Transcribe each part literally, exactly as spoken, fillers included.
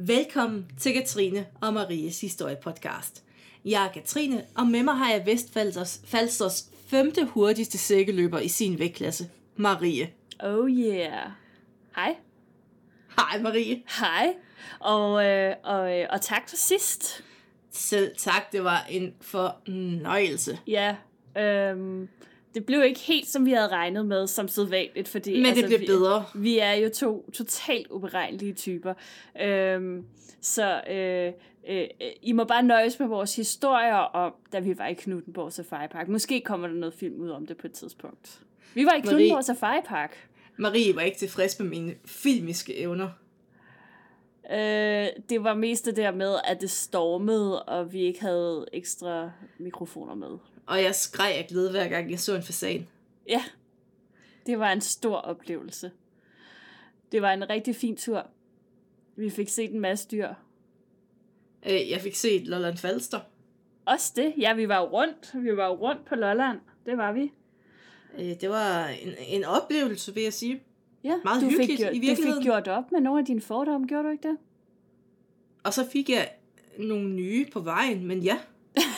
Velkommen til Katrine og Maries historiepodcast. Jeg er Katrine, og med mig har jeg Vestfalsters Falsters femte hurtigste sækkeløber i sin vægtklasse, Marie. Oh yeah. Hej. Hej Marie. Hej. Og, øh, og, øh, og tak for sidst. Selv tak, det var en fornøjelse. Ja, øhm, det blev ikke helt, som vi havde regnet med, som sædvanligt, fordi Men altså, det blev vi, bedre. Vi er jo to totalt uberegnelige typer. Øhm, så øh, øh, I må bare nøjes med vores historier om, da vi var i Knuthenborg Safari Park. Måske kommer der noget film ud om det på et tidspunkt. Vi var i Knuthenborg Safari Park. Marie var ikke tilfreds med mine filmiske evner. Øh, det var mest det der med, at det stormede, og vi ikke havde ekstra mikrofoner med. Og jeg skreg af glæde, hver gang jeg så en fasan. Ja, det var en stor oplevelse. Det var en rigtig fin tur. Vi fik set en masse dyr. Øh, jeg fik set Lolland Falster. Også det. Ja, vi var jo rundt. Vi var jo rundt på Lolland. Det var vi. Øh, det var en, en oplevelse, vil jeg sige. Ja, meget du hyggeligt fik, i virkeligheden. Du fik gjort op med nogle af dine fordomme, gjorde du ikke det? Og så fik jeg nogle nye på vejen, men ja.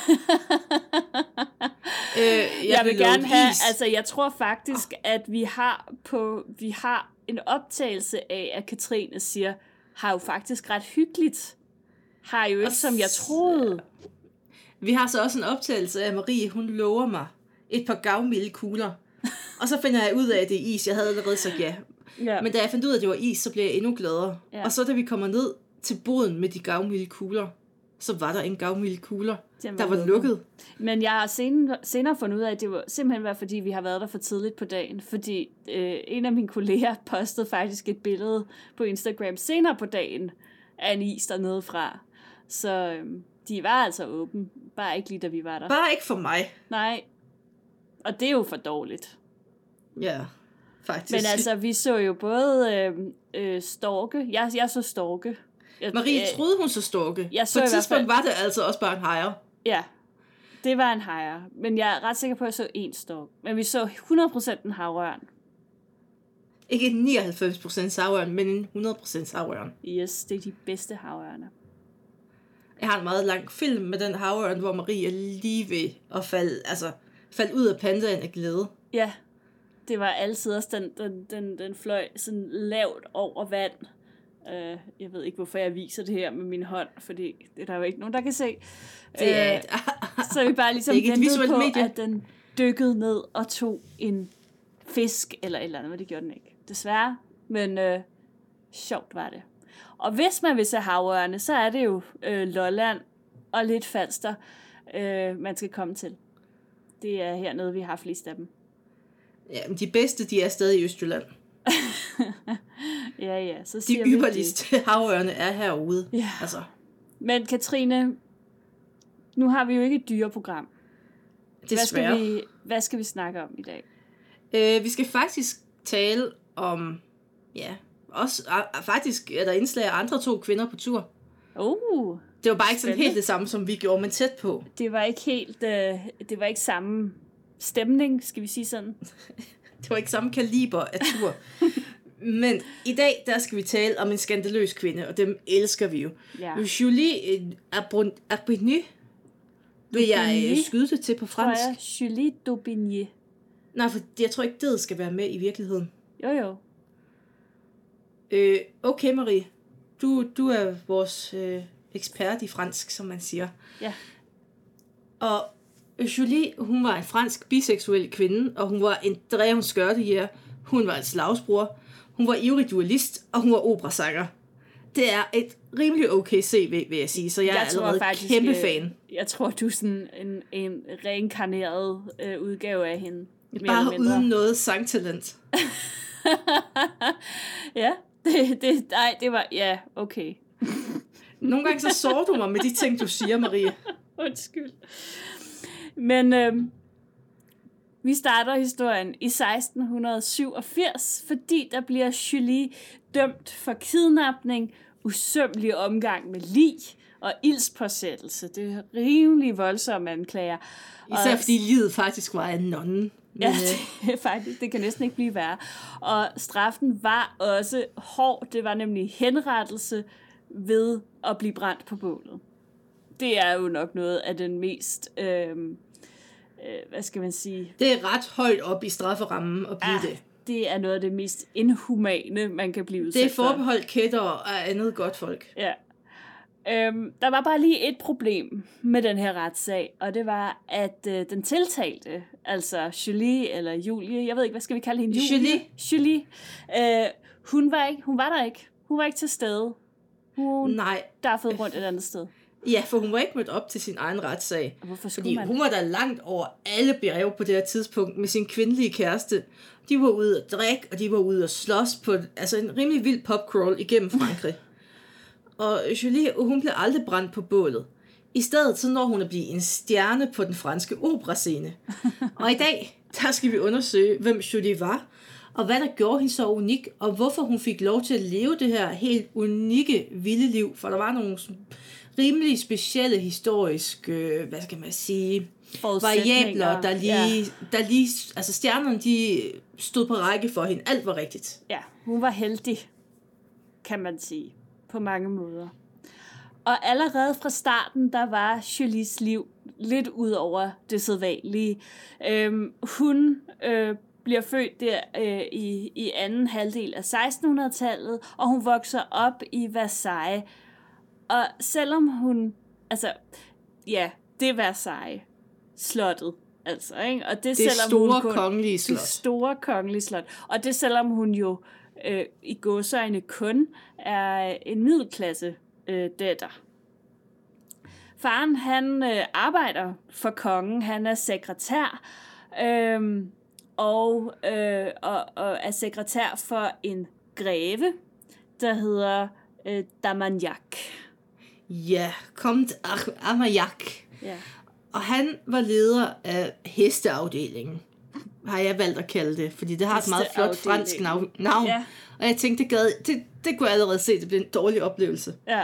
øh, jeg, jeg vil gerne have, is. altså jeg tror faktisk, oh. at vi har på, vi har en optagelse af, at Katrine siger, har jo faktisk ret hyggeligt. Har jo ikke, som jeg troede. Vi har så også en optagelse af, Marie, hun lover mig et par gavmilde kugler. Og så finder jeg ud af, at det er is. Jeg havde allerede sagt ja. ja. Men da jeg fandt ud af, at det var is, så blev jeg endnu gladere. Ja. Og så da vi kommer ned til boden med de gavmilde kugler, så var der en gavmilde kugler, var der var lukket. lukket. Men jeg har senere, senere fundet ud af, at det var simpelthen var, fordi vi har været der for tidligt på dagen. Fordi øh, en af mine kolleger postede faktisk et billede på Instagram senere på dagen af en is dernede fra. Så øh, de var altså åbne. Bare ikke lige, da vi var der. Bare ikke for mig. Nej. Og det er jo for dårligt. Ja, faktisk. Men altså, vi så jo både øh, øh, storke. Jeg, jeg så storke. Jeg, Marie øh, troede, hun så storke. Jeg så på et tidspunkt fald, var det altså også bare en hajer. Ja, det var en hajer. Men jeg er ret sikker på, at jeg så én stork. Men vi så hundrede procent en havørn. Ikke en nioghalvfems procent havørn, men en hundrede procent havørn. Yes, det er de bedste havørne. Jeg har en meget lang film med den havørn, hvor Marie er lige ved at falde, altså, falde ud af pandaen af glæde. Ja, det var altid også, den, den, den, den fløj sådan lavt over vand. Uh, jeg ved ikke, hvorfor jeg viser det her med min hånd, fordi det er der jo ikke nogen, der kan se. Det er, uh, så vi bare ligesom ventede på, medie. At den dykkede ned og tog en fisk, eller et eller andet, men det gjorde den ikke. Desværre, men uh, sjovt var det. Og hvis man vil se havørne, så er det jo uh, Lolland og lidt Falster, uh, man skal komme til. Det er hernede, vi har flest af dem. Ja, men de bedste, de er stadig i Østjylland. ja, ja. Så siger de ypperligste havørne er herude. Ja. Altså. Men Katrine, nu har vi jo ikke et dyreprogram. Hvad skal, vi, hvad skal vi snakke om i dag? Øh, vi skal faktisk tale om, ja, også, uh, faktisk er der indslag af andre to kvinder på tur. Oh, det var bare ikke sådan helt det samme, som vi gjorde, men tæt på. Det var ikke helt, øh, det var ikke samme stemning, skal vi sige sådan. Det var ikke samme kaliber af tur. Men i dag, der skal vi tale om en skandaløs kvinde, og dem elsker vi jo. Ja. Julie Aubigny, vil jeg skyde det til på fransk. Tror jeg, Julie Daubigny. Nej, for jeg tror ikke, det skal være med i virkeligheden. Jo, jo. Øh, okay, Marie. Du, du er vores øh, ekspert i fransk, som man siger. Ja. Og Julie, hun var en fransk biseksuel kvinde, og hun var en dreven skørtejæger. Hun var en slagsbror. Hun var ivrig dualist, og hun var operasanger. Det er et rimelig okay C V, vil jeg sige, så jeg, jeg er allerede faktisk, kæmpe fan. Jeg tror, du er sådan en, en reinkarneret øh, udgave af hende. Bare uden noget sangtalent. ja, det, det, nej, det var, ja, okay. Nogle gange så sår du mig med de ting, du siger, Marie. Undskyld. Men øhm, vi starter historien i seksten syvogfirs, fordi der bliver Julie dømt for kidnapning, usømmelig omgang med lig og ildspåsættelse. Det er rimelig voldsomme anklager. Især og, fordi livet faktisk var en nonne. Ja, det, er faktisk, det kan næsten ikke blive værre. Og straffen var også hård. Det var nemlig henrettelse ved at blive brændt på bålet. Det er jo nok noget af den mest, øh, øh, hvad skal man sige? Det er ret højt op i strafferammen at blive ah, det. Det er noget af det mest inhumane, man kan blive udsat for. Det er forbeholdt kætter og andet godt folk. Ja. Øhm, der var bare lige et problem med den her retssag, og det var, at øh, den tiltalte, altså Julie eller Julie, jeg ved ikke, hvad skal vi kalde hende? Julie. Julie. Øh, hun, var ikke, hun var der ikke. Hun var ikke til stede. Hun Nej. daffede rundt et andet sted. Ja, for hun var ikke mødt op til sin egen retssag. Hvorfor skulle fordi man? Hun var der langt over alle bjerge på det her tidspunkt med sin kvindelige kæreste. De var ude at drikke, og de var ude at slås på altså en rimelig vild popcrawl igennem Frankrig. Og Julie, hun blev aldrig brændt på bålet. I stedet så når hun at blive en stjerne på den franske operascene. Og i dag, der skal vi undersøge, hvem Julie var, og hvad der gjorde hende så unik, og hvorfor hun fik lov til at leve det her helt unikke, vilde liv. For der var nogle rimelig specielle historiske, hvad skal man sige, variabler, der lige, ja. der lige, altså stjernerne, de stod på række for hende. Alt var rigtigt. Ja, hun var heldig, kan man sige, på mange måder. Og allerede fra starten, der var Julies liv lidt ud over det sædvanlige. Øhm, hun øh, bliver født der øh, i, i anden halvdel af sekstenhundredetallet, og hun vokser op i Versailles. Og selvom hun, altså, ja, det er Versailles, slottet, altså, ikke? Og det, det selvom store hun, kongelige slot. Det store kongelige slot. Og det selvom hun jo øh, i gåseøjne kun er en middelklasse øh, datter. Faren, han øh, arbejder for kongen, han er sekretær, øh, og, øh, og, og er sekretær for en greve, der hedder øh, D'Armagnac. Ja, Comte Armagnac. Ja. Og han var leder af hesteafdelingen, har jeg valgt at kalde det, fordi det har et meget flot fransk navn. Ja. Og jeg tænkte, det, gad, det, det kunne jeg allerede se, det blev en dårlig oplevelse. Ja.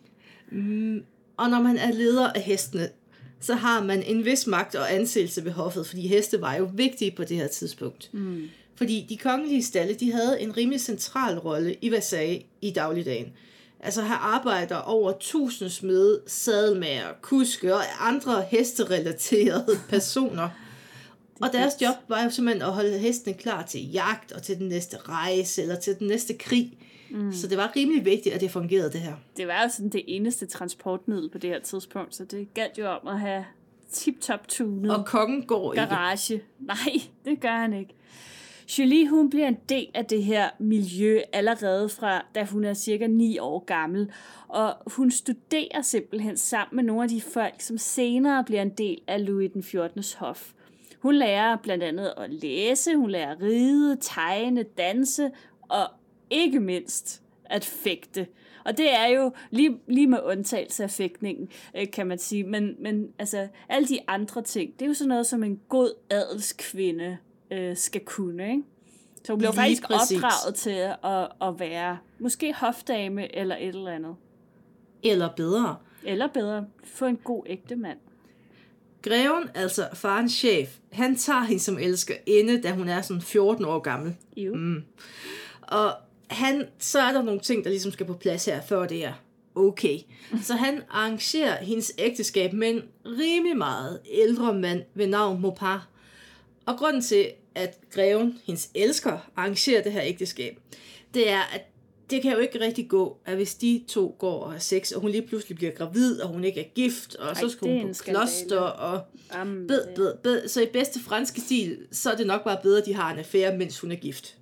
Mm, og når man er leder af hestene, så har man en vis magt og anseelse ved hoffet, fordi heste var jo vigtige på det her tidspunkt. Mm. Fordi de kongelige stalle, de havde en rimelig central rolle i Versailles i dagligdagen. Altså her arbejder over tusind smede, sadelmager, kuske og andre hesterelaterede personer. Og deres job var jo simpelthen at holde hestene klar til jagt og til den næste rejse eller til den næste krig. Mm. Så det var rimelig vigtigt, at det fungerede det her. Det var jo sådan det eneste transportmiddel på det her tidspunkt, så det galt jo om at have tip-top tunet og kongen går garage. Ikke. Nej, det gør han ikke. Julie, hun bliver en del af det her miljø allerede fra, da hun er cirka ni år gammel. Og hun studerer simpelthen sammen med nogle af de folk, som senere bliver en del af Louis den fjortendes hof. Hun lærer blandt andet at læse, hun lærer at ride, tegne, danse og ikke mindst at fægte. Og det er jo lige, lige med undtagelse af fægtningen, kan man sige. Men, men altså, alle de andre ting, det er jo sådan noget, som en god adelskvinde øh, skal kunne, ikke? Så hun bliver lige faktisk præcis opdraget til at, at være måske hofdame eller et eller andet. Eller bedre. Eller bedre. Få en god ægte mand. Greven, altså farens chef, han tager hende som elskerinde, da hun er sådan fjorten år gammel. Jo. Mm. Og han, så er der nogle ting, der ligesom skal på plads her, før det er okay. Så han arrangerer hendes ægteskab med en rimelig meget ældre mand ved navn Maupin. Og grunden til, at greven, hendes elsker, arrangerer det her ægteskab, det er, at det kan jo ikke rigtig gå, at hvis de to går og har sex, og hun lige pludselig bliver gravid, og hun ikke er gift, og Ej, så skal hun på kloster, og bed, bed, bed. Så i bedste franske stil, så er det nok bare bedre, at de har en affære, mens hun er gift.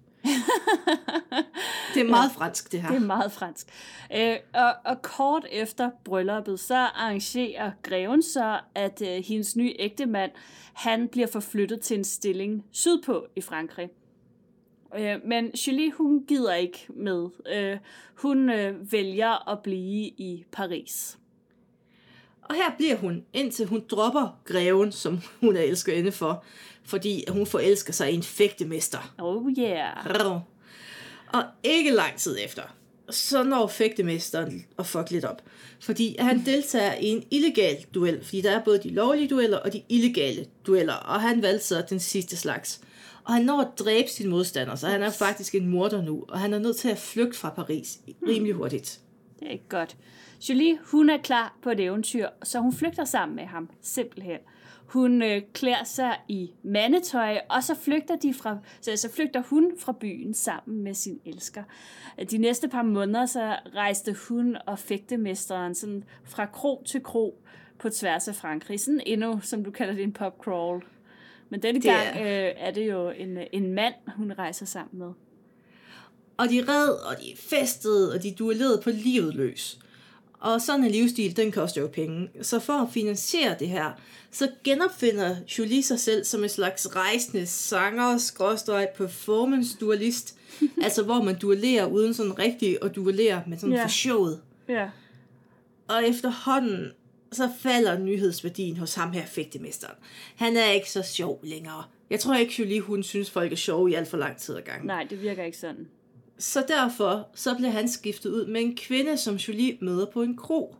Det er meget ja, fransk, det her. Det er meget fransk. Øh, og, og kort efter brylluppet, så arrangerer greven så, at øh, hendes nye ægtemand, han bliver forflyttet til en stilling sydpå i Frankrig. Øh, men Julie, hun gider ikke med. Øh, hun øh, vælger at blive i Paris. Og her bliver hun, indtil hun dropper greven, som hun er elskerinde for, fordi hun forelsker sig i en fægtemester. Oh yeah. Og ikke lang tid efter, så når fægtemesteren at fuck lidt op. Fordi han deltager i en illegal duel, fordi der er både de lovlige dueller og de illegale dueller, og han valgte så den sidste slags. Og han når at dræbe sin modstander, så han er faktisk en morder nu, og han er nødt til at flygte fra Paris rimelig hurtigt. Det er ikke godt. Julie, hun er klar på et eventyr, så hun flygter sammen med ham, simpelthen. Hun øh, klæder sig i mandetøj, og så flygter, de fra, så, så flygter hun fra byen sammen med sin elsker. De næste par måneder så rejste hun og fægtemesteren sådan fra kro til kro på tværs af Frankrig. Sådan endnu, som du kalder det, en pubcrawl. Men denne det gang øh, er det jo en, en mand, hun rejser sammen med. Og de red, og de festede, og de duellerede på livet løs. Og sådan en livsstil, den koster jo penge. Så for at finansiere det her, så genopfinder Julie sig selv som en slags rejsende sanger, skråstreg, performance dualist. Altså hvor man duellerer uden sådan rigtigt at duellere, men sådan yeah. for showet. Yeah. Og efterhånden, så falder nyhedsværdien hos ham her fægtemesteren. Han er ikke så sjov længere. Jeg tror ikke, Julie, hun synes, folk er sjove i alt for lang tid ad gangen. Nej, det virker ikke sådan. Så derfor, så bliver han skiftet ud med en kvinde, som Julie møder på en kro.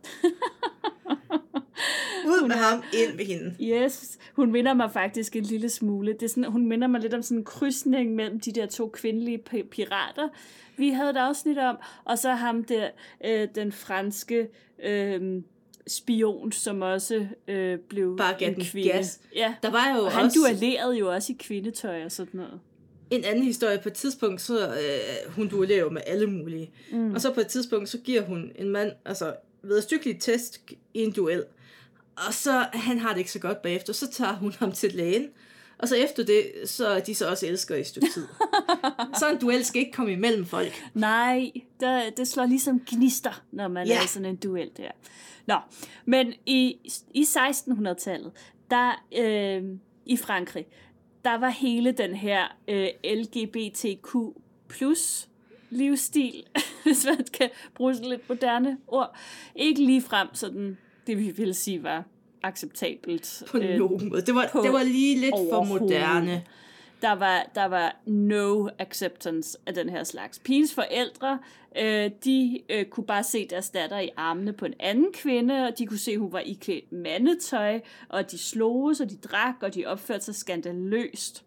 Ud med ham, ind med hende. Yes, hun minder mig faktisk en lille smule. Det er sådan, hun minder mig lidt om sådan en krydsning mellem de der to kvindelige pirater, vi havde et afsnit om, og så ham der, øh, den franske øh, spion, som også øh, blev Bare en kvinde. Gas. Ja. Der var jo og han også... duellerede jo også i kvindetøj og sådan noget. En anden historie, på et tidspunkt, så øh, hun duellerer jo med alle mulige. Mm. Og så på et tidspunkt, så giver hun en mand, altså ved et stykkeligt test i en duel. Og så, han har det ikke så godt bagefter, så tager hun ham til lægen. Og så efter det, så er de så også elskere i et stykke tid. Så en duel skal ikke komme imellem folk. Nej, der, det slår ligesom gnister, når man yeah. er sådan en duel der. Nå, men i, i sekstenhundredetallet, der øh, i Frankrig, der var hele den her øh, L G B T Q plus livsstil, hvis man kan bruge sådan lidt moderne ord, ikke lige frem sådan, det vi ville sige var acceptabelt. På øh, nogen måde. Det var, det var lige lidt for moderne. Der var, der var no acceptance af den her slags. Pigens forældre, øh, de øh, kunne bare se deres datter i armene på en anden kvinde, og de kunne se, at hun var iklædt mandetøj, og de sloges, og de drak, og de opførte sig skandaløst.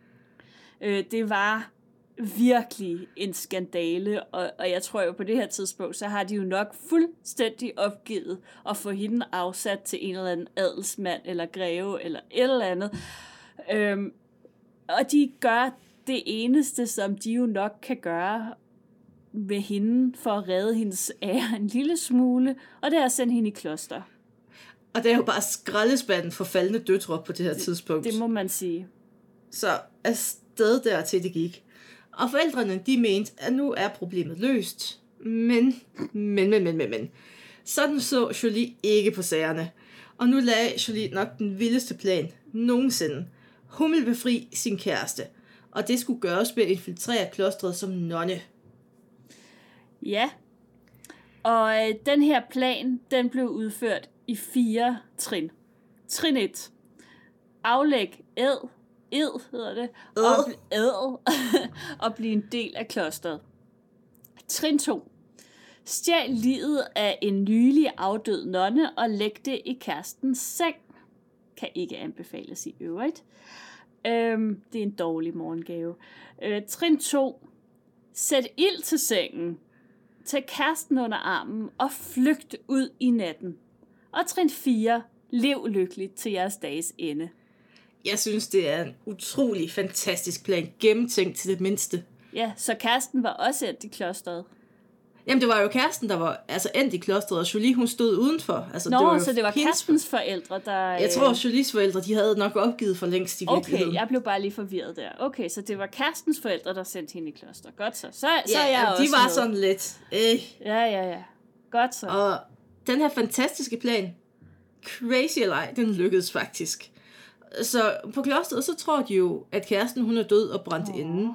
Øh, det var virkelig en skandale, og, og jeg tror jo på det her tidspunkt, så har de jo nok fuldstændig opgivet at få hende afsat til en eller anden adelsmand, eller greve, eller et eller andet. Øhm, og de gør det eneste, som de jo nok kan gøre med hende, for at redde hendes ære en lille smule, og det er at sende hende i kloster. Og det er jo bare skraldespanden for faldende døtre på det her tidspunkt. Det, det må man sige. Så afsted dertil det gik. Og forældrene, de mente, at nu er problemet løst. Men, men, men, men, men, men. Sådan så Julie ikke på sagerne. Og nu lagde Julie nok den vildeste plan nogensinde. Hun ville befri sin kæreste. Og det skulle gøres ved at infiltrere klostret som nonne. Ja. Og øh, den her plan, den blev udført i fire trin. Trin et. Aflæg ed. Ed hedder det. Og, ed, og blive en del af klosteret. Trin to. Stjæl livet af en nylig afdød nonne og læg det i kærestens seng. Kan ikke anbefales i øvrigt. Øhm, det er en dårlig morgengave. Øh, trin to. Sæt ild til sengen. Tag kæresten under armen og flygt ud i natten. Og trin fire. Lev lykkeligt til jeres dages ende. Jeg synes, det er en utrolig fantastisk plan. Gennemtænkt til det mindste. Ja, så kæresten var også endt i klosteret. Jamen, det var jo kæresten, der var altså endt i klosteret, og Julie, hun stod udenfor. Altså, Nå, det var så det var kærestens forældre, der... Jeg tror, Julies forældre, de havde nok opgivet for længst i virkeligheden. Okay, jeg blev bare lige forvirret der. Okay, så det var kærestens forældre, der sendte hende i kloster. Godt så. Så, ja, så er jeg de også de var med. sådan lidt... Øh. Ja, ja, ja. Godt så. Og den her fantastiske plan, crazy eller ej, den lykkedes faktisk. Så på klosteret, så tror de jo, at kæresten, hun er død og brændt oh. inde.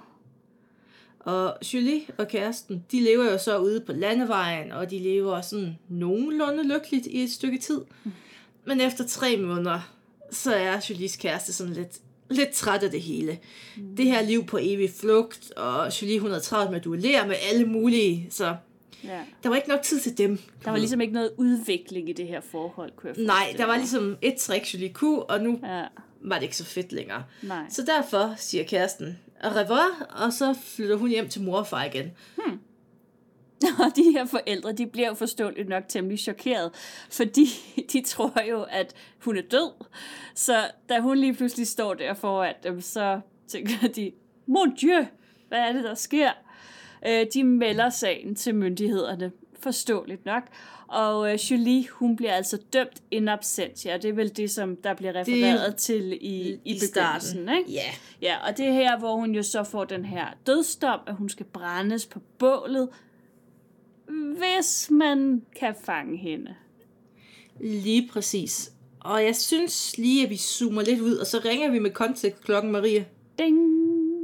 Og Julie og kæresten, de lever jo så ude på landevejen, og de lever sådan nogenlunde lykkeligt i et stykke tid. Mm. Men efter tre måneder, så er Julies kæreste sådan lidt, lidt træt af det hele. Mm. Det her liv på evig flugt, og Julie, hun havde travlt med at duellere med alle mulige, så ja. Der var ikke nok tid til dem. Der var ligesom ikke noget udvikling i det her forhold, kunne jeg Nej, der var ligesom et trick, Julie kunne, og nu ja. var det ikke så fedt længere. Nej. Så derfor siger kæresten au revoir, og så flytter hun hjem til mor og far igen. Hmm. Og de her forældre, de bliver jo forståeligt nok temmelig chokeret, fordi de tror jo, at hun er død. Så da hun lige pludselig står der foran dem, så tænker de, mon Dieu, hvad er det, der sker? De melder sagen til myndighederne, forståeligt nok. Og Julie, hun bliver altså dømt in absentia. Det er vel det, som der bliver refereret det, til i, i, i begyndelsen, ikke? Ja. Yeah. Ja, og det er her, hvor hun jo så får den her dødsdom, at hun skal brændes på bålet, hvis man kan fange hende. Lige præcis. Og jeg synes lige, at vi zoomer lidt ud, og så ringer vi med kontekst-klokken, Marie. Ding!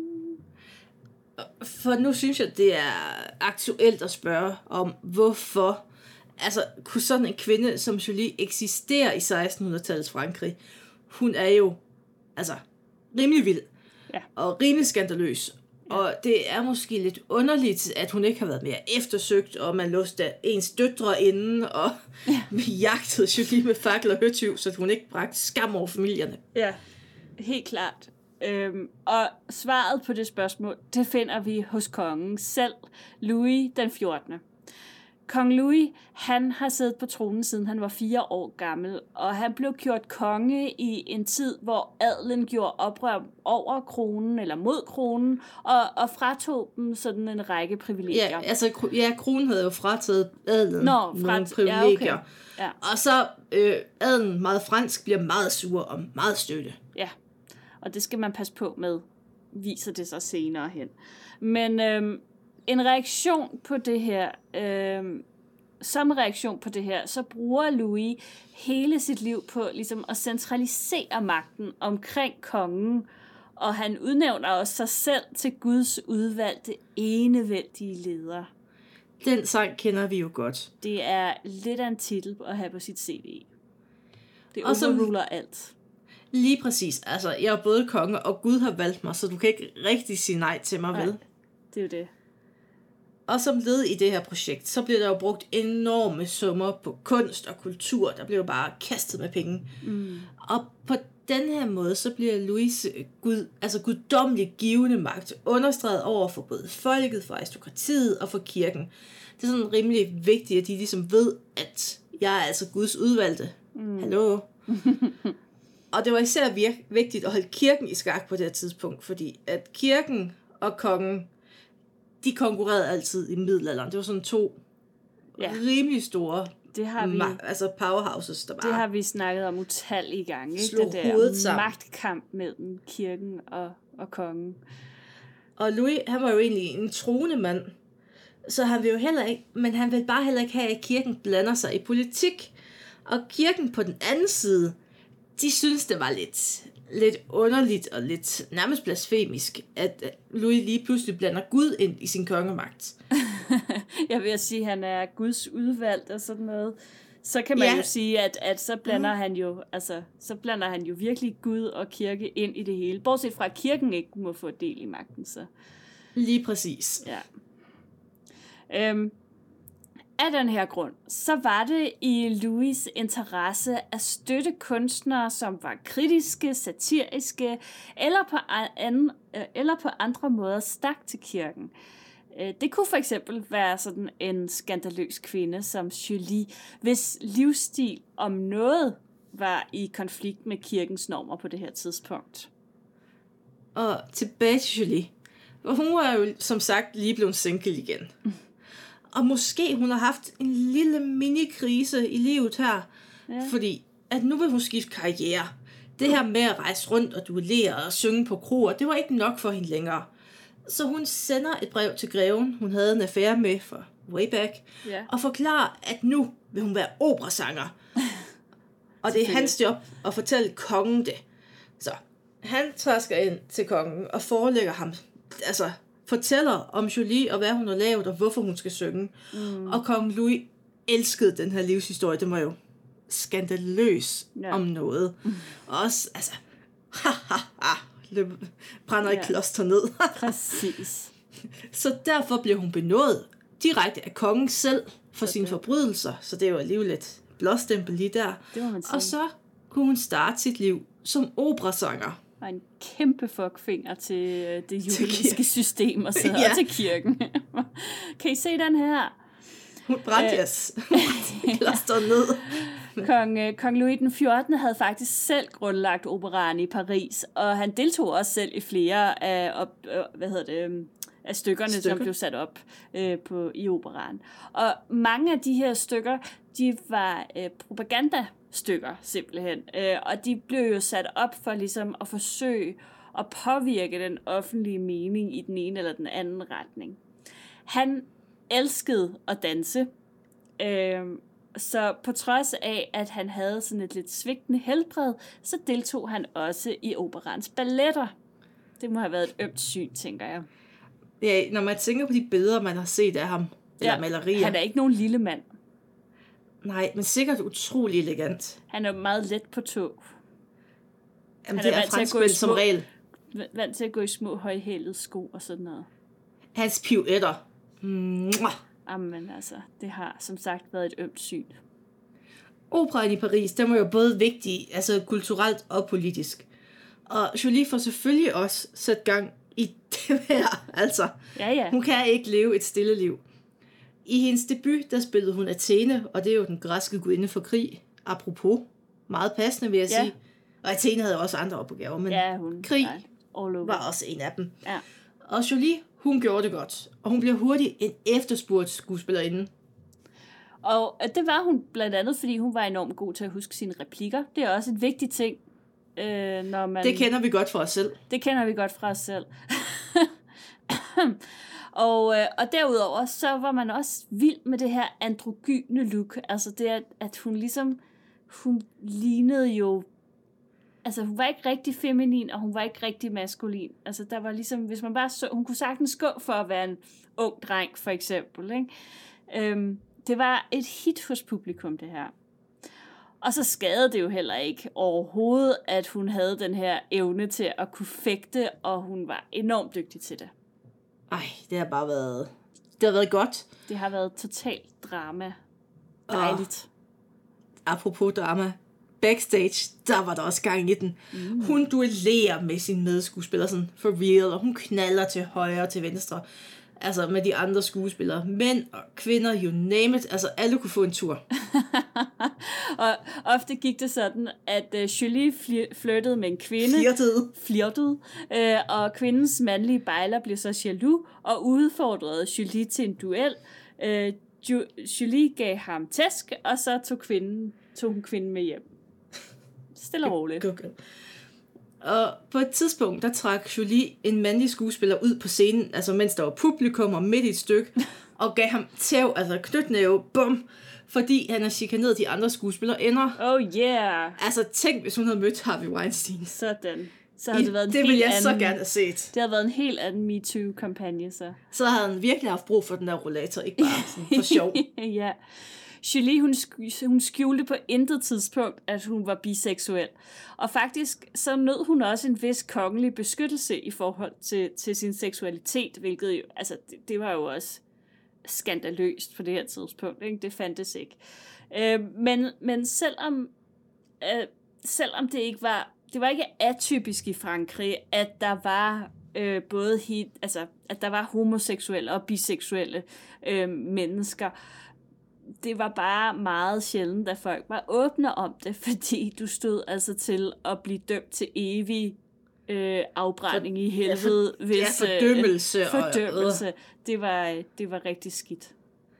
For nu synes jeg, det er aktuelt at spørge om, hvorfor altså, kunne sådan en kvinde som Julie eksistere i sekstenhundredetallets Frankrig? Hun er jo altså rimelig vild ja. og rimelig skandaløs. Ja. Og det er måske lidt underligt, at hun ikke har været mere eftersøgt, og man låste ens døtre inden, og ja. jagtede Julie med fakkel og høtyv, så hun ikke bragte skam over familierne. Ja, helt klart. Øhm, og svaret på det spørgsmål, det finder vi hos kongen selv, Louis den fjortende. Kong Louis, han har siddet på tronen siden han var fire år gammel, og han blev gjort konge i en tid, hvor adelen gjorde oprør over kronen, eller mod kronen, og, og fratog dem sådan en række privilegier. Ja, altså, ja, kronen havde jo frataget adelen Nå, frat- nogle privilegier. Ja, okay. ja. Og så øh, adelen, meget fransk, bliver meget sur og meget støtte. Ja, og det skal man passe på med, viser det sig senere hen. Men øhm, en reaktion på det her, øhm, som reaktion på det her, så bruger Louis hele sit liv på ligesom at centralisere magten omkring kongen, og han udnævner også sig selv til Guds udvalgte enevældige leder. Den sang kender vi jo godt. Det er lidt af en titel at have på sit C V. Det overruler alt. Lige præcis. Altså, jeg er både konge, og Gud har valgt mig, så du kan ikke rigtig sige nej til mig, nej, vel? det er jo det. Og som led i det her projekt, så bliver der jo brugt enorme summer på kunst og kultur. Der bliver jo bare kastet med penge. Mm. Og på den her måde, så bliver Louis Gud, altså guddommelig givende magt understreget over for både folket, for aristokratiet og for kirken. Det er sådan rimelig vigtigt, at de ligesom ved, at jeg er altså Guds udvalgte. Mm. Hallo? Og det var især virke, vigtigt at holde kirken i skak på det her tidspunkt, fordi at kirken og kongen, de konkurrerede altid i middelalderen. Det var sådan to ja. rimelig store det har vi, ma- altså powerhouses, der bare det har vi snakket om utallige gange. Ikke? Slog det der hovedet sammen. Magtkamp mellem kirken og, og kongen. Og Louis, han var jo egentlig en troende mand, så han vil jo heller ikke, men han vil bare heller ikke have, at kirken blander sig i politik. Og kirken på den anden side, de synes, det var lidt, lidt underligt og lidt nærmest blasfemisk, at Louis lige pludselig blander Gud ind i sin kongemagt. Jeg vil sige, at han er Guds udvalgt og sådan noget. Så kan man ja. jo sige, at, at så blander mm. han jo, altså, så blander han jo virkelig Gud og kirke ind i det hele. Bortset fra, at kirken ikke må få del i magten. Så. Lige præcis. Ja. Øhm, Af den her grund, så var det i Louis' interesse at støtte kunstnere, som var kritiske, satiriske, eller på, anden, eller på andre måder stak til kirken. Det kunne for eksempel være sådan en skandaløs kvinde som Julie, hvis livsstil om noget var i konflikt med kirkens normer på det her tidspunkt. Og tilbage til Julie. Hun var jo som sagt lige blevet single igen. Mm. Og måske hun har haft en lille mini-krise i livet her, ja. Fordi at nu vil hun skifte karriere. Det her med at rejse rundt og duellere og synge på kroer, det var ikke nok for hende længere. Så hun sender et brev til greven, hun havde en affære med for way back, ja. Og forklarer, at nu vil hun være operasanger. Og det er hans job at fortælle kongen det. Så han træsker ind til kongen og forelægger ham, altså fortæller om Julie og hvad hun har lavet og hvorfor hun skal synge. Mm. Og kong Louis elskede den her livshistorie. Det var jo skandaløs ja. Om noget. Mm. Og også, altså, ha, ha, ha, løb, brænder ja. Et kloster ned. Præcis. Så derfor bliver hun benådet direkte af kongen selv for okay. sine forbrydelser. Så det er jo alligevel et blåstempel lige der. Det må man sige. Og så kunne hun starte sit liv som operasanger. Og en kæmpe fuckfinger til det juridiske system og, så, ja. Og til kirken. Kan I se den her? Hun brændte jeres kloster ned. Kong, øh, Kong Louis den fjortende havde faktisk selv grundlagt operaen i Paris, og han deltog også selv i flere af, op, øh, hvad hedder det, øh, af stykkerne, Stykker. som blev sat op øh, på, i operaen. Og mange af de her stykker, de var øh, propagandastykker simpelthen, øh, og de blev jo sat op for ligesom at forsøge at påvirke den offentlige mening i den ene eller den anden retning. Han elskede at danse, øh, så på trods af, at han havde sådan et lidt svigtende helbred, så deltog han også i operaens balletter. Det må have været et ømt syn, tænker jeg. Ja, når man tænker på de billeder, man har set af ham, eller ja, malerier. Han er ikke nogen lille mand. Nej, men sikkert utrolig elegant. Han er meget let på tå. Jamen, det er, er franskmænd som regel. Vant til at gå i små højhælede sko og sådan noget. Hans pirouetter. Jamen altså, det har som sagt været et ømt syn. Operaen i Paris, den var jo både vigtig, altså kulturelt og politisk. Og Jolie får selvfølgelig også sat gang i det her, altså. Ja, ja. Hun kan ikke leve et stille liv. I hendes debut, der spillede hun Athene, og det er jo den græske gudinde for krig. Apropos, meget passende vil jeg ja. sige. Og Athene havde også andre opgaver, men ja, hun, krig ja, var også en af dem. Ja. Og Jolie, hun gjorde det godt, og hun blev hurtigt en efterspurgt skuespillerinde. Og det var hun blandt andet, fordi hun var enormt god til at huske sine replikker. Det er også en vigtig ting, øh, når man... Det kender vi godt fra os selv. Det kender vi godt fra os selv. og, øh, og derudover, så var man også vild med det her androgyne look. Altså det, at, at hun ligesom... Hun lignede jo... Altså, hun var ikke rigtig feminin, og hun var ikke rigtig maskulin. Altså, der var ligesom, hvis man bare så, hun kunne sagtens gå for at være en ung dreng, for eksempel, ikke? Øhm, det var et hit hos publikum, det her. Og så skadede det jo heller ikke overhovedet, at hun havde den her evne til at kunne fægte, og hun var enormt dygtig til det. Ej, det har bare været, det har været godt. Det har været totalt drama. Dejligt. Og, apropos drama, backstage, der var der også gang i den. Mm. Hun duellerer med sin medskuespiller, sådan for real, og hun knalder til højre og til venstre. Altså med de andre skuespillere. Mænd og kvinder, you name it. Altså alle kunne få en tur. Og ofte gik det sådan, at uh, Jolie flir- flirtede med en kvinde. Flirtede. Flirtede. Uh, og kvindens mandlige bejler blev så jaloux og udfordrede Jolie til en duel. Uh, Jolie gav ham tæsk, og så tog, kvinden, tog hun kvinden med hjem. Stille og roligt. Okay. Og på et tidspunkt, der trak Jolie en mandlig skuespiller ud på scenen, altså mens der var publikum og midt i et stykke, og gav ham tæv, altså knytnæve, bum, fordi han har chikaneret de andre skuespillere ender. Oh yeah! Altså tænk, hvis hun havde mødt Harvey Weinstein. Sådan. Så havde I, det været en det helt ville jeg anden, så gerne have set. Det havde været en helt anden MeToo-kampagne, så. Så havde han virkelig haft brug for den der rollator, ikke bare sådan for sjov. Ja. Jolie, hun, hun skjulte på intet tidspunkt, at hun var biseksuel. Og faktisk så nød hun også en vis kongelig beskyttelse i forhold til, til sin seksualitet, hvilket jo, altså det, det var jo også skandaløst på det her tidspunkt, ikke? Det fandtes ikke. Øh, men, men selvom, øh, selvom det ikke var, det var ikke atypisk i Frankrig, at der var øh, både hit, altså at der var homoseksuelle og biseksuelle øh, mennesker. Det var bare meget sjældent, at folk var åbne om det, fordi du stod altså til at blive dømt til evig øh, afbrænding for, i helvede. Ja, for, hvis, ja, fordømmelse. Øh, fordømmelse. Og, det, var, det var rigtig skidt.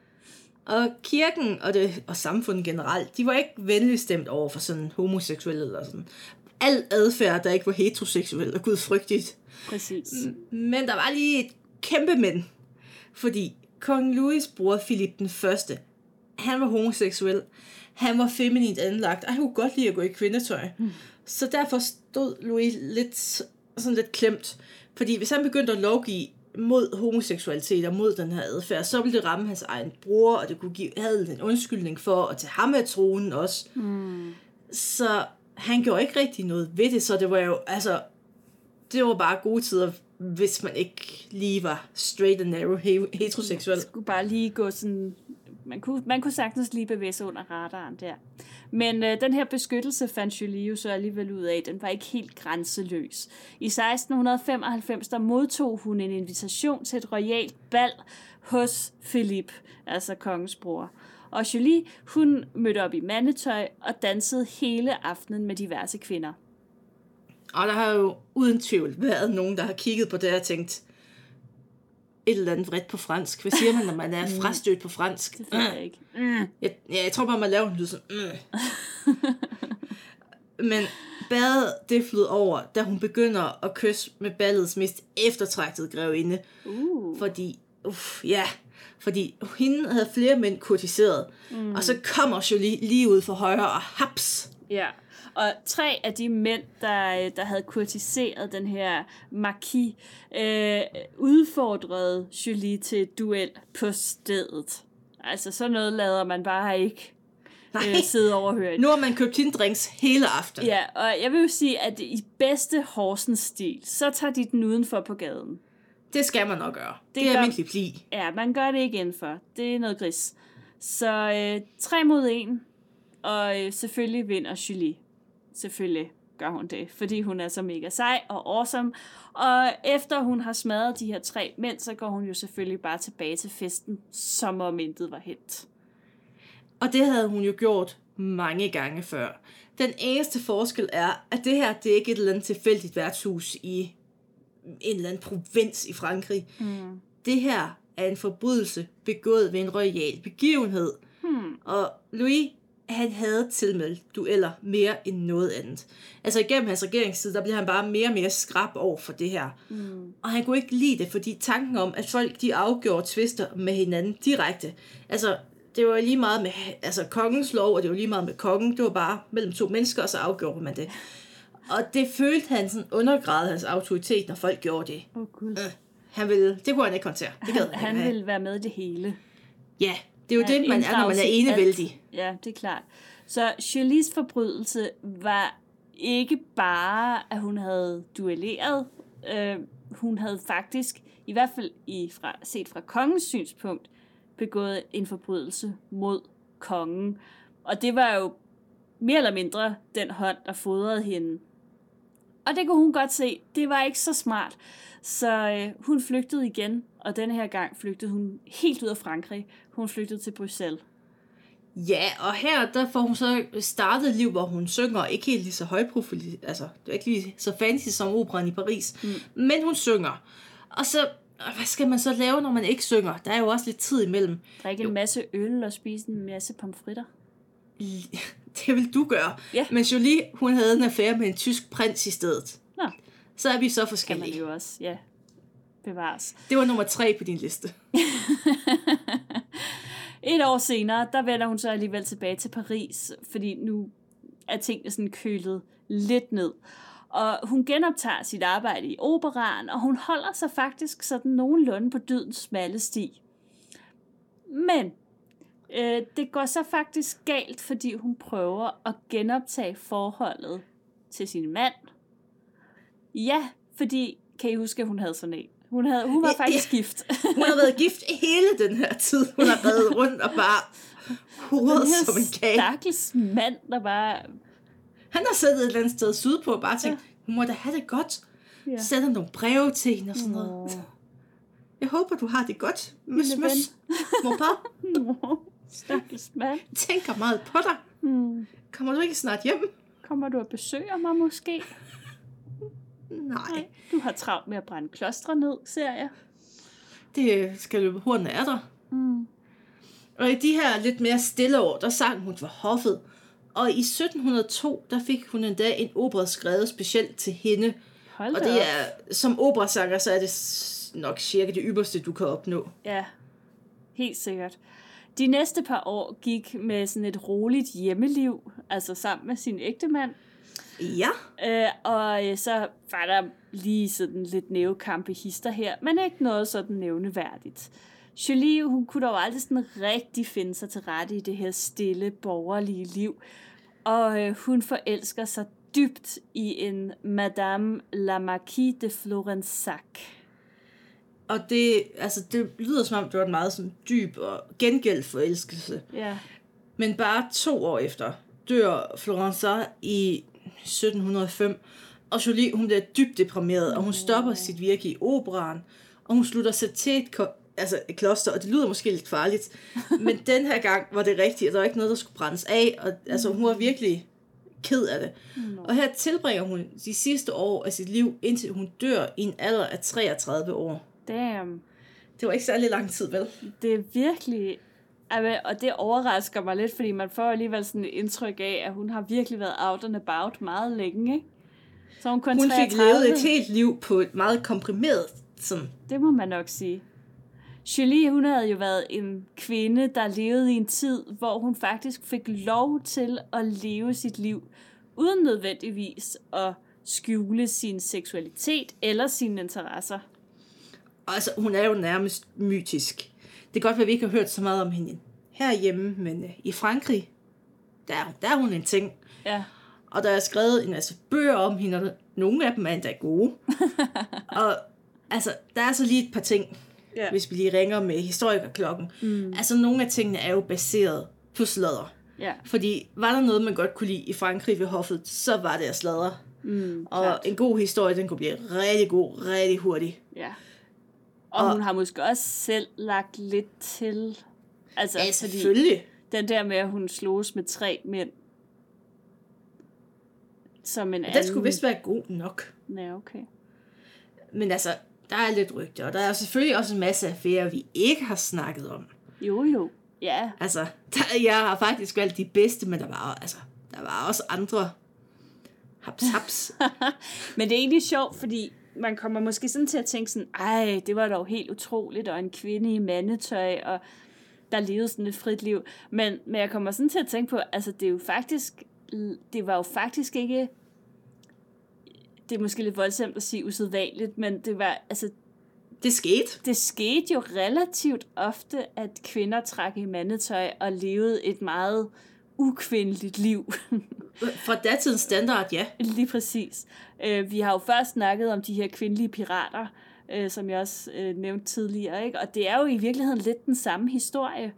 Og kirken og, det, og samfundet generelt, de var ikke venligt stemt over for sådan homoseksuelle eller sådan. Al adfærd, der ikke var heteroseksuel og gudfrygtigt. Præcis. Men der var lige et kæmpe men. Fordi kong Louis' bror Philip den første, han var homoseksuel. Han var feminint anlagt, og han kunne godt lide at gå i kvindetøj. Mm. Så derfor stod Louis lidt, sådan lidt klemt. Fordi hvis han begyndte at lovgive mod homoseksualitet og mod den her adfærd, så ville det ramme hans egen bror, og det kunne give havde en undskyldning for at tage ham af tronen også. Mm. Så han gjorde ikke rigtig noget ved det, så det var jo, altså, det var bare gode tider, hvis man ikke lige var straight and narrow heteroseksuel. Man skulle bare lige gå sådan man, kunne, man kunne sagtens lige bevæge sig under radaren der. Men øh, den her beskyttelse fandt Julie jo så alligevel ud af, den var ikke helt grænseløs. I seksten femoghalvfems der modtog hun en invitation til et royalt bal hos Philippe, altså kongens bror. Og Julie, hun mødte op i mandetøj og dansede hele aftenen med diverse kvinder. Og der har jo uden tvivl været nogen, der har kigget på det og tænkt, et eller andet vredt på fransk. Hvad siger man, når man er frastødt på fransk? Det ved jeg ikke. Mm. Jeg, ja, jeg tror bare, man laver en lyd sådan. Mm. Men badet, det flød over, da hun begynder at kysse med ballets mest eftertragtede grevinde. Uh. Fordi, uff, ja, fordi hende havde flere mænd kurtiseret. Mm. Og så kommer Julie lige ud for højre og haps. Ja, og tre af de mænd, der, der havde kurtiseret den her marquis, øh, udfordrede Julie til et duel på stedet. Altså sådan noget lader man bare ikke øh, sidde overhørt. Nu har man købt hende drinks hele aften. Ja, og jeg vil jo sige, at i bedste Horsens stil, så tager de den udenfor på gaden. Det skal man nok gøre. Det, det er almindelig pli. Ja, man gør det ikke indenfor. Det er noget gris. Så øh, tre mod en, og øh, selvfølgelig vinder Julie. Selvfølgelig gør hun det, fordi hun er så mega sej og awesome. Og efter hun har smadret de her tre mænd, så går hun jo selvfølgelig bare tilbage til festen, som om intet var hent. Og det havde hun jo gjort mange gange før. Den eneste forskel er, at det her, det er ikke et eller andet tilfældigt værtshus i en eller anden provins i Frankrig. Mm. Det her er en forbrydelse begået ved en royal begivenhed. Hmm. Og Louis, han havde tilmeldt dueller mere end noget andet. Altså igennem hans regeringstid, der blev han bare mere og mere skrap over for det her. Mm. Og han kunne ikke lide det, fordi tanken om, at folk de afgjorde tvister med hinanden direkte. Altså, det var lige meget med altså, kongens lov, og det var lige meget med kongen. Det var bare mellem to mennesker, og så afgjorde man det. Og det følte han sådan undergravede hans autoritet, når folk gjorde det. Oh, cool. øh, han ville, det kunne han ikke håndtere. Det han han ville være med i det hele. Ja, det er jo ja, det, man er, når man er enevældig. Ja, det er klart. Så Julies forbrydelse var ikke bare, at hun havde duelleret. Øh, hun havde faktisk, i hvert fald i fra, set fra kongens synspunkt, begået en forbrydelse mod kongen. Og det var jo mere eller mindre den hånd, der fodrede hende. Og det kunne hun godt se, det var ikke så smart. Så øh, hun flygtede igen, og denne her gang flygtede hun helt ud af Frankrig. Hun flygtede til Bruxelles. Ja, og her der får hun så startet et liv, hvor hun synger, ikke helt lige så højprofil, altså det er ikke lige så fancy som operaen i Paris, mm. men hun synger. Og så, hvad skal man så lave, når man ikke synger? Der er jo også lidt tid imellem. Drikke en masse øl og spise en masse pomfritter. Det vil du gøre. Ja. Men Julie, hun havde en affære med en tysk prins i stedet. Nå. Så er vi så forskellige. Kan man jo også, ja. Bevares. Det var nummer tre på din liste. Et år senere, der vender hun så alligevel tilbage til Paris, fordi nu er tingene sådan kølet lidt ned. Og hun genoptager sit arbejde i operaen, og hun holder sig faktisk sådan nogenlunde på dydens smalle sti. Men øh, det går så faktisk galt, fordi hun prøver at genoptage forholdet til sin mand. Ja, fordi, kan I huske, at hun havde sådan en? Hun, havde, hun var faktisk ja, ja. gift. Hun har været gift hele den her tid. Hun har reddet rundt og bare hovedet som en kage. Stakkels mand, der bare... Han har siddet et eller andet sted sydpå og bare tænkt, ja. Hun må da have det godt. Ja. Sætter nogle breve til hende og sådan noget. Oh. Jeg håber, du har det godt. Møs, møs. Morpar. Stakkels mand. Jeg tænker meget på dig. Hmm. Kommer du ikke snart hjem? Kommer du og besøger mig måske? Nej. Nej. Du har travlt med at brænde klostre ned, ser jeg. Det skal løbe hurtigt af dig. Mm. Og i de her lidt mere stille år, der sang hun for hoffet. Og i sytten hundrede og to, der fik hun endda en opera skrevet specielt til hende. Hold og det er, som operasanger, så er det nok cirka det ypperste, du kan opnå. Ja, helt sikkert. De næste par år gik med sådan et roligt hjemmeliv, altså sammen med sin ægtemand. Ja. Øh, og så var der lige sådan lidt nævekampe hister her, men ikke noget sådan nævneværdigt. Julie, hun kunne dog aldrig sådan rigtig finde sig til rette i det her stille, borgerlige liv. Og øh, hun forelsker sig dybt i en Madame la Marquise de Florensac. Og det, altså, det lyder som om, det var en meget sådan dyb og gengældt forelskelse. Ja. Men bare to år efter dør Florence i sytten hundrede og fem, og Jolie, hun bliver dybt deprimeret, og hun stopper sit virke i operaen, og hun slutter sig til et, ko- altså et kloster, og det lyder måske lidt farligt, men den her gang var det rigtigt, og der var ikke noget, der skulle brændes af, og altså, hun var virkelig ked af det. Mm. Og her tilbringer hun de sidste år af sit liv, indtil hun dør i en alder af treogtredive år. Damn. Det var ikke særlig lang tid, vel? Det er virkelig... Og det overrasker mig lidt, fordi man får alligevel sådan et indtryk af, at hun har virkelig været out and about meget længe, ikke? Så hun kun hun treogtredive. Fik levet et helt liv på et meget komprimeret sådan. Det må man nok sige. Jolie, hun havde jo været en kvinde, der levede i en tid, hvor hun faktisk fik lov til at leve sit liv, uden nødvendigvis at skjule sin seksualitet eller sine interesser. Altså, hun er jo nærmest mytisk. Det kan godt være, at vi ikke har hørt så meget om hende herhjemme, men uh, i Frankrig, der, der er hun en ting. Ja. Og der er skrevet en masse bøger om hende, og nogle af dem er endda gode. Og altså, der er så lige et par ting, yeah. hvis vi lige ringer med historikerklokken. Mm. Altså, nogle af tingene er jo baseret på sladder. Yeah. Fordi var der noget, man godt kunne lide i Frankrig ved hoffet, så var det at sladre. Mm, og klart. En god historie, den kunne blive rigtig god, rigtig hurtig. Ja. Yeah. Og, og hun har måske også selv lagt lidt til. Altså, ja, selvfølgelig. Den der med, at hun sloges med tre mænd. Som en ja, anden. Den skulle vist være god nok. Ja, okay. Men altså, der er lidt rygter, og der er selvfølgelig også en masse affærer, vi ikke har snakket om. Jo, jo. Ja. Altså, der, jeg har faktisk valgt de bedste, men der var, altså, der var også andre haps, haps. Men det er egentlig sjovt, fordi man kommer måske sådan til at tænke sådan, ej, det var dog helt utroligt, og en kvinde i mandetøj, og der levede sådan et frit liv. Men, men jeg kommer sådan til at tænke på, altså det er jo faktisk, det var jo faktisk ikke, det er måske lidt voldsomt at sige usædvanligt, men det var, altså, det skete. Det skete jo relativt ofte, at kvinder trak i mandetøj og levede et meget ukvindeligt liv. Fra datidens standard, ja. Lige præcis. Vi har jo først snakket om de her kvindelige pirater, som jeg også nævnte tidligere, ikke? Og det er jo i virkeligheden lidt den samme historie.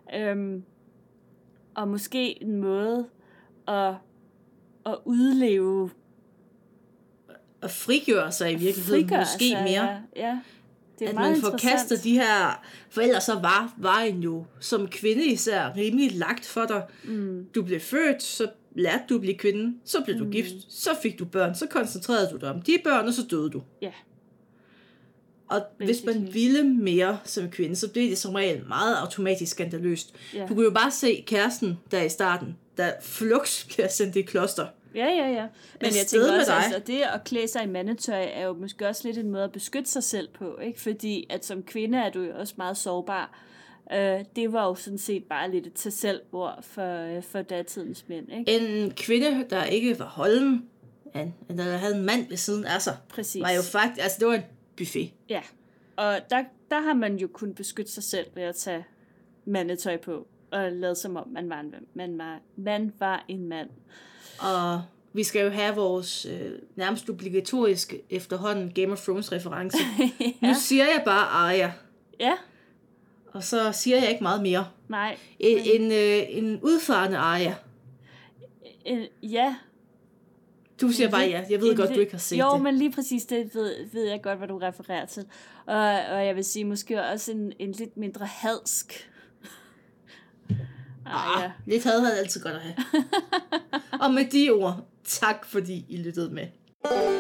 Og måske en måde at, at udleve... At frigøre sig i virkeligheden, frigøre måske sig, mere. Ja, ja. Det er at meget man forkaster de her, for ellers så var vejen jo som kvinde især rimelig lagt for dig. Mm. Du blev født, så lærte du at blive kvinde, så blev du mm. gift, så fik du børn, så koncentrerede du dig om de børn, og så døde du. Ja. Og basically. Hvis man ville mere som kvinde, så blev det som regel meget automatisk skandaløst. Yeah. Du kunne jo bare se kæresten der i starten, der flux bliver sendt i kloster. Ja, ja, ja. Men jeg tænker også, at altså, det at klæde sig i mandetøj er jo måske også lidt en måde at beskytte sig selv på, ikke? Fordi at som kvinde er du jo også meget sårbar. Uh, det var jo sådan set bare lidt et til selvord for, uh, for datidens mænd, ikke? En kvinde, der ikke var holden, en, der havde en mand ved siden af sig, præcis. Var jo faktisk, altså det var en buffet. Ja, og der, der har man jo kunnet beskytte sig selv ved at tage mandetøj på, og lade som om man var en, man var, man var en mand. Og vi skal jo have vores øh, nærmest obligatoriske efterhånden Game of Thrones reference. ja. Nu siger jeg bare Arya. Ja. Og så siger jeg ikke meget mere. Nej. En, en, øh, en udfarende Arya. En, ja. Du siger bare ja. Jeg ved godt, li- du ikke har set jo, det. Jo, men lige præcis det ved, ved jeg godt, hvad du refererer til. Og, og jeg vil sige måske også en, en lidt mindre hadsk. Ah, ja. Lidt had havde altid godt at have. Og med de ord, tak fordi I lyttede med.